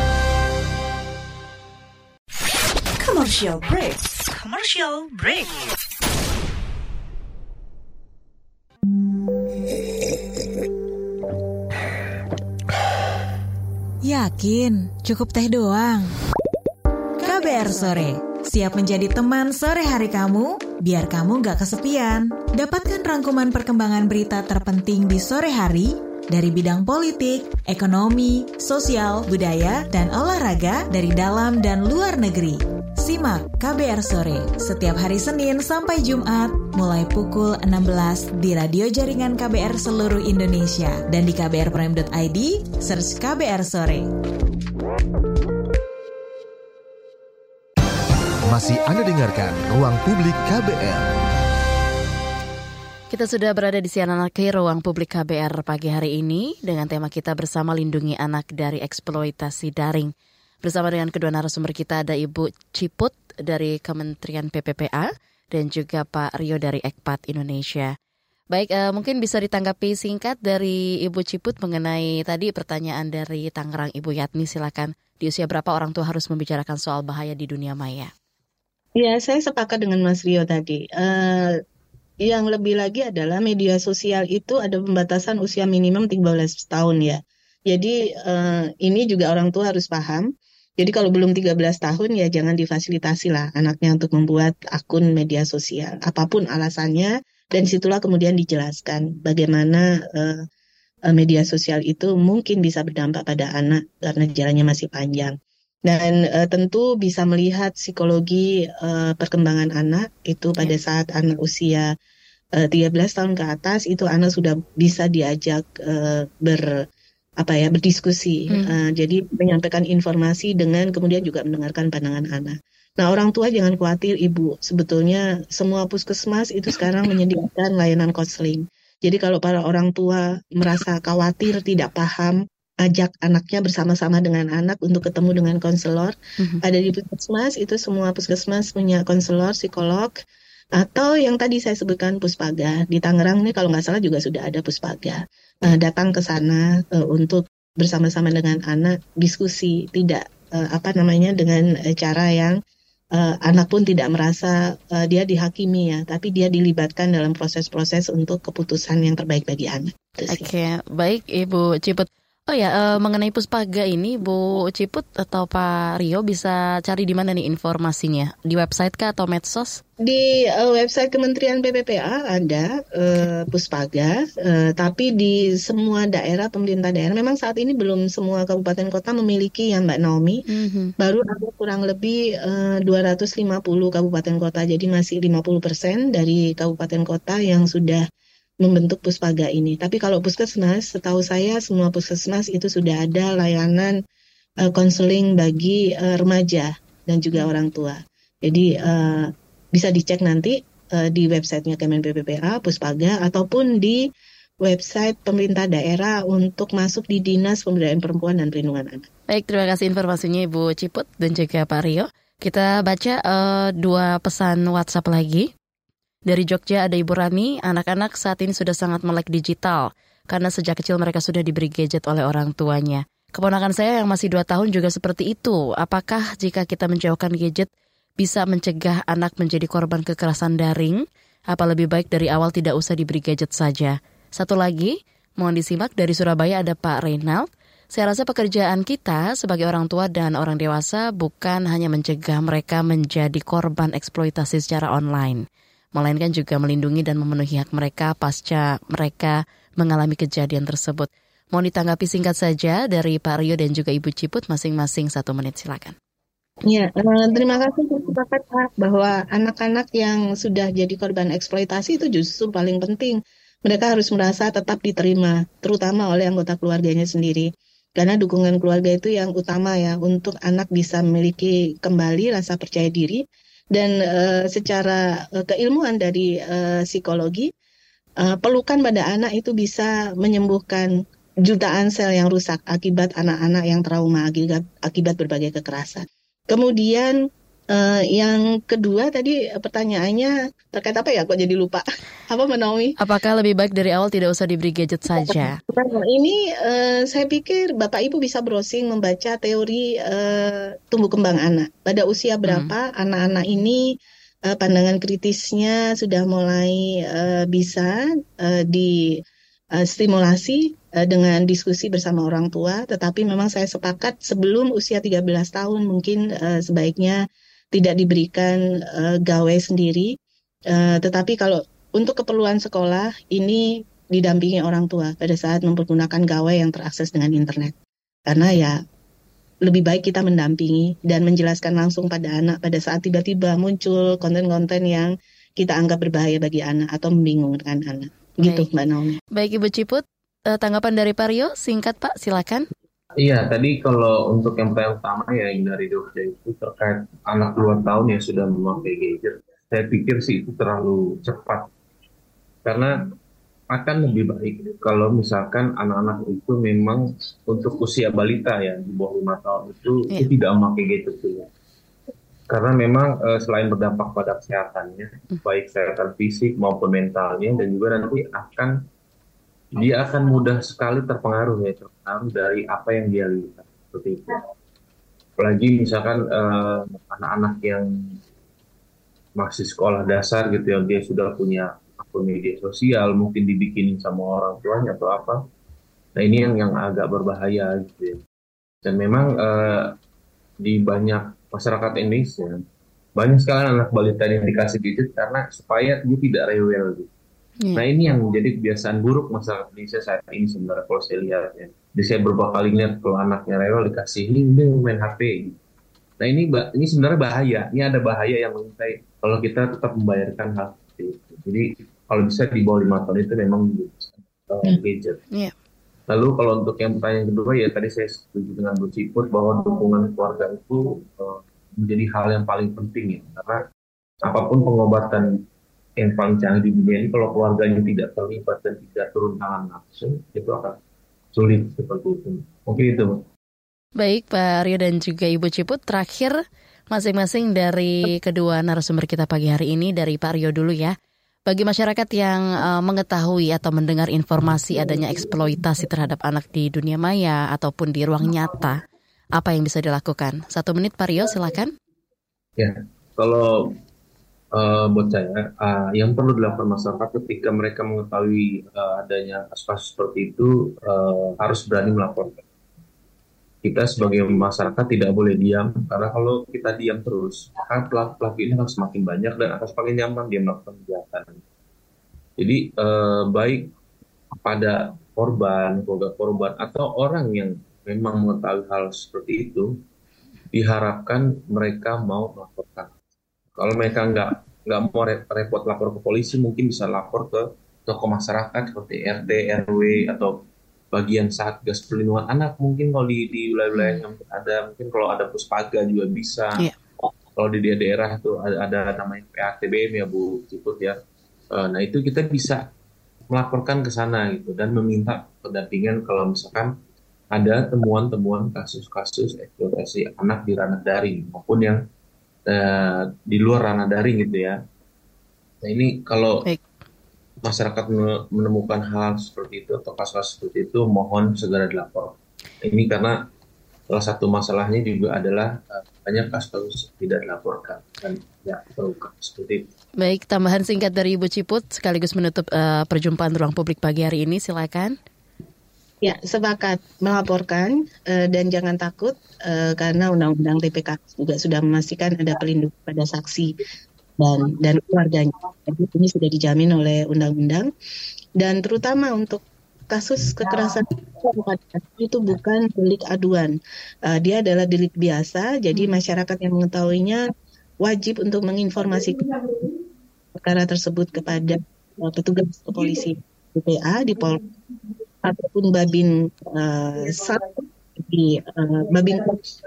Commercial break. Commercial break. Yakin, cukup teh doang. K B R Sore, siap menjadi teman sore hari kamu, biar kamu gak kesepian. Dapatkan rangkuman perkembangan berita terpenting di sore hari, dari bidang politik, ekonomi, sosial, budaya, dan olahraga dari dalam dan luar negeri. Simak K B R Sore setiap hari Senin sampai Jumat mulai pukul enam belas di radio jaringan K B R seluruh Indonesia dan di k b r prime dot i d search K B R Sore. Masih Anda dengarkan Ruang Publik K B R. Kita sudah berada di siaran akhir Ruang Publik K B R pagi hari ini dengan tema kita bersama lindungi anak dari eksploitasi daring. Bersama dengan kedua narasumber kita ada Ibu Ciput dari Kementerian P P P A dan juga Pak Rio dari Ekpat Indonesia. Baik, uh, mungkin bisa ditanggapi singkat dari Ibu Ciput mengenai tadi pertanyaan dari Tangerang Ibu Yatni, silakan. Di usia berapa orang tua harus membicarakan soal bahaya di dunia maya? Ya, saya sepakat dengan Mas Rio tadi. Uh, yang lebih lagi adalah media sosial itu ada pembatasan usia minimum tiga belas tahun ya. Jadi uh, ini juga orang tua harus paham. Jadi kalau belum tiga belas tahun ya jangan difasilitasi lah anaknya untuk membuat akun media sosial. Apapun alasannya, dan situlah kemudian dijelaskan bagaimana uh, media sosial itu mungkin bisa berdampak pada anak karena jalannya masih panjang. Dan uh, tentu bisa melihat psikologi uh, perkembangan anak itu pada saat anak usia uh, tiga belas tahun ke atas itu anak sudah bisa diajak uh, ber apa ya berdiskusi, hmm. uh, jadi menyampaikan informasi dengan kemudian juga mendengarkan pandangan anak. Nah, orang tua jangan khawatir Ibu, sebetulnya semua puskesmas itu sekarang menyediakan layanan konseling. Jadi kalau para orang tua merasa khawatir, tidak paham, ajak anaknya bersama-sama dengan anak untuk ketemu dengan konselor. Hmm. Ada di puskesmas, itu semua puskesmas punya konselor, psikolog, atau yang tadi saya sebutkan Puspaga. Di Tangerang ini kalau nggak salah juga sudah ada Puspaga. Uh, datang ke sana uh, untuk bersama-sama dengan anak diskusi, tidak uh, apa namanya dengan uh, cara yang uh, anak pun tidak merasa uh, dia dihakimi ya, tapi dia dilibatkan dalam proses-proses untuk keputusan yang terbaik bagi anak. Oke, okay. Baik Ibu Ciput. Oh ya, uh, mengenai Puspaga ini Bu Ciput atau Pak Rio bisa cari di mana nih informasinya? Di website kah atau medsos? Di uh, website Kementerian P P P A ada uh, Puspaga, uh, tapi di semua daerah, pemerintah daerah, memang saat ini belum semua kabupaten kota memiliki ya Mbak Naomi, mm-hmm. baru ada kurang lebih uh, dua ratus lima puluh kabupaten kota, jadi masih lima puluh persen dari kabupaten kota yang sudah membentuk Puspaga ini. Tapi kalau puskesmas, setahu saya semua puskesmas itu sudah ada layanan konseling uh, bagi uh, remaja dan juga orang tua. Jadi uh, bisa dicek nanti uh, di websitenya Kemen P P P A, Puspaga, ataupun di website pemerintah daerah untuk masuk di Dinas Pemberdayaan Perempuan dan Perlindungan Anak. Baik, terima kasih informasinya Ibu Ciput dan juga Pak Rio. Kita baca uh, dua pesan WhatsApp lagi. Dari Jogja ada Ibu Rani, anak-anak saat ini sudah sangat melek digital karena sejak kecil mereka sudah diberi gadget oleh orang tuanya. Keponakan saya yang masih dua tahun juga seperti itu. Apakah jika kita menjauhkan gadget bisa mencegah anak menjadi korban kekerasan daring? Apa lebih baik dari awal tidak usah diberi gadget saja? Satu lagi, mohon disimak dari Surabaya ada Pak Reynald. Saya rasa pekerjaan kita sebagai orang tua dan orang dewasa bukan hanya mencegah mereka menjadi korban eksploitasi secara online, melainkan juga melindungi dan memenuhi hak mereka pasca mereka mengalami kejadian tersebut. Mohon ditanggapi singkat saja dari Pak Rio dan juga Ibu Ciput masing-masing satu menit, silakan. Ya, eh, terima kasih Pak Pak bahwa anak-anak yang sudah jadi korban eksploitasi itu justru paling penting. Mereka harus merasa tetap diterima, terutama oleh anggota keluarganya sendiri. Karena dukungan keluarga itu yang utama ya untuk anak bisa memiliki kembali rasa percaya diri. Dan uh, secara uh, keilmuan dari uh, psikologi, uh, pelukan pada anak itu bisa menyembuhkan jutaan sel yang rusak akibat anak-anak yang trauma akibat, akibat berbagai kekerasan. Kemudian uh, yang kedua tadi pertanyaannya terkait apa ya? Kok jadi lupa? Apa Naomi? Apakah lebih baik dari awal tidak usah diberi gadget saja? Nah, ini uh, saya pikir Bapak Ibu bisa browsing membaca teori uh, tumbuh kembang anak. Pada usia berapa hmm. anak-anak ini uh, pandangan kritisnya sudah mulai uh, bisa uh, di uh, stimulasi dengan diskusi bersama orang tua, tetapi memang saya sepakat sebelum usia tiga belas tahun mungkin uh, sebaiknya tidak diberikan uh, gawai sendiri, uh, tetapi kalau untuk keperluan sekolah ini didampingi orang tua pada saat mempergunakan gawai yang terakses dengan internet. Karena ya lebih baik kita mendampingi dan menjelaskan langsung pada anak pada saat tiba-tiba muncul konten-konten yang kita anggap berbahaya bagi anak atau membingungkan anak. Gitu Baik. Mbak Naomi. Baik Ibu Ciput. Tanggapan dari Pak Rio, singkat Pak, silakan. Iya, tadi kalau untuk yang pertama ya yang dari Jogja itu terkait anak dua tahun yang sudah memakai gadget, saya pikir sih itu terlalu cepat. Karena akan lebih baik kalau misalkan anak-anak itu memang untuk usia balita ya, di bawah lima tahun itu, yeah. itu tidak memakai gadget dulu. Karena memang uh, selain berdampak pada kesehatannya, mm. baik kesehatan fisik maupun mentalnya, dan juga nanti akan dia akan mudah sekali terpengaruh ya terpengaruh dari apa yang dia lihat seperti itu. Apalagi misalkan uh, anak-anak yang masih sekolah dasar gitu ya, dia sudah punya akun media sosial, mungkin dibikinin sama orang tuanya atau apa. Nah ini yang yang agak berbahaya gitu ya. Dan memang uh, di banyak masyarakat Indonesia banyak sekali anak balita yang dikasih gadget karena supaya dia tidak rewel gitu. Yeah. Nah ini yang menjadi kebiasaan buruk masyarakat Indonesia saat ini sebenarnya kalau saya lihat ya. Jadi saya beberapa kali lihat kalau anaknya rewel dikasih ini main H P. Nah ini ini sebenarnya bahaya. Ini ada bahaya yang mengintai kalau kita tetap membayarkan hal seperti itu. Jadi kalau bisa di bawah lima tahun itu memang uh, yeah. gadget. Yeah. Lalu kalau untuk yang pertanyaan kedua ya tadi saya setuju dengan Bu Ciput bahwa dukungan keluarga itu uh, menjadi hal yang paling penting ya. Karena apapun pengobatan yang paling canggih di dunia ini kalau keluarganya tidak terlibat dan tidak turun tangan langsung itu akan sulit seperti itu. Mungkin itu. Baik Pak Rio dan juga Ibu Ciput, terakhir masing-masing dari kedua narasumber kita pagi hari ini, dari Pak Rio dulu ya. Bagi masyarakat yang uh, mengetahui atau mendengar informasi adanya eksploitasi terhadap anak di dunia maya ataupun di ruang nyata, apa yang bisa dilakukan? Satu menit Pak Rio, silakan. Ya, kalau Uh, buat saya, uh, yang perlu dilakukan masyarakat ketika mereka mengetahui uh, adanya kasus-kasus seperti itu uh, harus berani melaporkan. Kita sebagai masyarakat tidak boleh diam, karena kalau kita diam terus, maka pelaku-pelaku ini akan semakin banyak dan akan semakin nyaman dia melakukan kejahatan. Jadi uh, baik pada korban, keluarga korban, atau orang yang memang mengetahui hal seperti itu, diharapkan mereka mau melaporkan. Kalau mereka nggak nggak mau repot lapor ke polisi, mungkin bisa lapor ke tokoh masyarakat seperti R T, R W atau bagian Satgas Perlindungan Anak. Mungkin kalau di di wilayah yang ada, mungkin kalau ada Puspaga juga bisa. Yeah. Kalau di daerah itu ada, ada namanya P A T B M ya Bu Ciput ya. Nah itu kita bisa melaporkan ke sana gitu dan meminta pendampingan kalau misalkan ada temuan-temuan kasus-kasus eksploitasi anak di ranah daring maupun yang Uh, di luar ranah daring gitu ya. Nah ini kalau Baik. masyarakat menemukan hal seperti itu atau kasus seperti itu, mohon segera dilapor. Ini karena salah satu masalahnya juga adalah uh, banyak kasus tidak dilaporkan dan ya terungkap seperti itu. Baik, tambahan singkat dari Ibu Ciput sekaligus menutup uh, perjumpaan ruang publik pagi hari ini, silakan. Ya, sepakat melaporkan uh, dan jangan takut uh, karena Undang-Undang T P K juga sudah memastikan ada pelindungan pada saksi dan dan keluarganya. Jadi ini sudah dijamin oleh Undang-Undang dan terutama untuk kasus kekerasan itu bukan delik aduan, uh, dia adalah delik biasa. Jadi masyarakat yang mengetahuinya wajib untuk menginformasikan perkara tersebut kepada uh, petugas kepolisian D P A di Polres ataupun Babin uh, satu di uh, Babin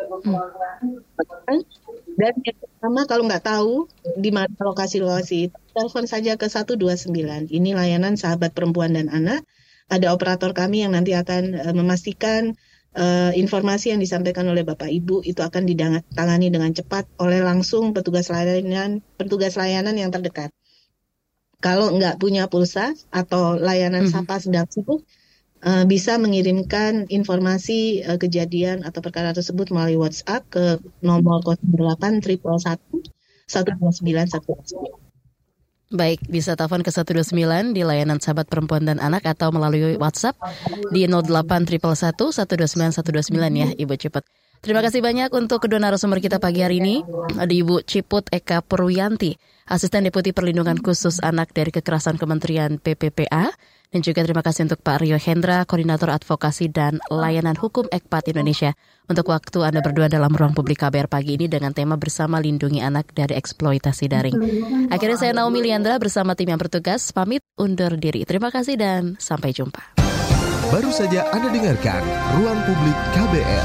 dan yang pertama kalau nggak tahu di mana lokasi-lokasi telepon saja ke satu dua sembilan. Ini layanan sahabat perempuan dan anak. Ada operator kami yang nanti akan uh, memastikan uh, informasi yang disampaikan oleh Bapak Ibu itu akan ditangani dengan cepat oleh langsung petugas layanan petugas layanan yang terdekat. Kalau nggak punya pulsa atau layanan mm-hmm. Sapa sedang sibuk, uh, bisa mengirimkan informasi uh, kejadian atau perkara tersebut melalui WhatsApp ke nomor nol delapan satu satu satu dua sembilan satu sembilan. Baik, bisa telepon ke satu dua sembilan di layanan sahabat perempuan dan anak atau melalui WhatsApp di nol delapan satu satu satu dua sembilan satu dua sembilan ya Ibu Ciput. Terima kasih banyak untuk kedua narasumber kita pagi hari ini. Ada Ibu Ciput Eka Purwiyanti, Asisten Deputi Perlindungan Khusus Anak dari Kekerasan Kementerian P P P A. Dan juga terima kasih untuk Pak Rio Hendra, Koordinator Advokasi dan Layanan Hukum E K P A T Indonesia, untuk waktu Anda berdua dalam Ruang Publik K B R pagi ini dengan tema bersama lindungi anak dari eksploitasi daring. Akhirnya saya Naomi Liandra bersama tim yang bertugas pamit undur diri. Terima kasih dan sampai jumpa. Baru saja Anda dengarkan Ruang Publik K B R.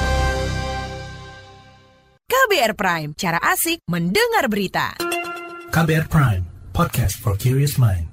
K B R Prime, cara asik mendengar berita. K B R Prime, podcast for curious mind.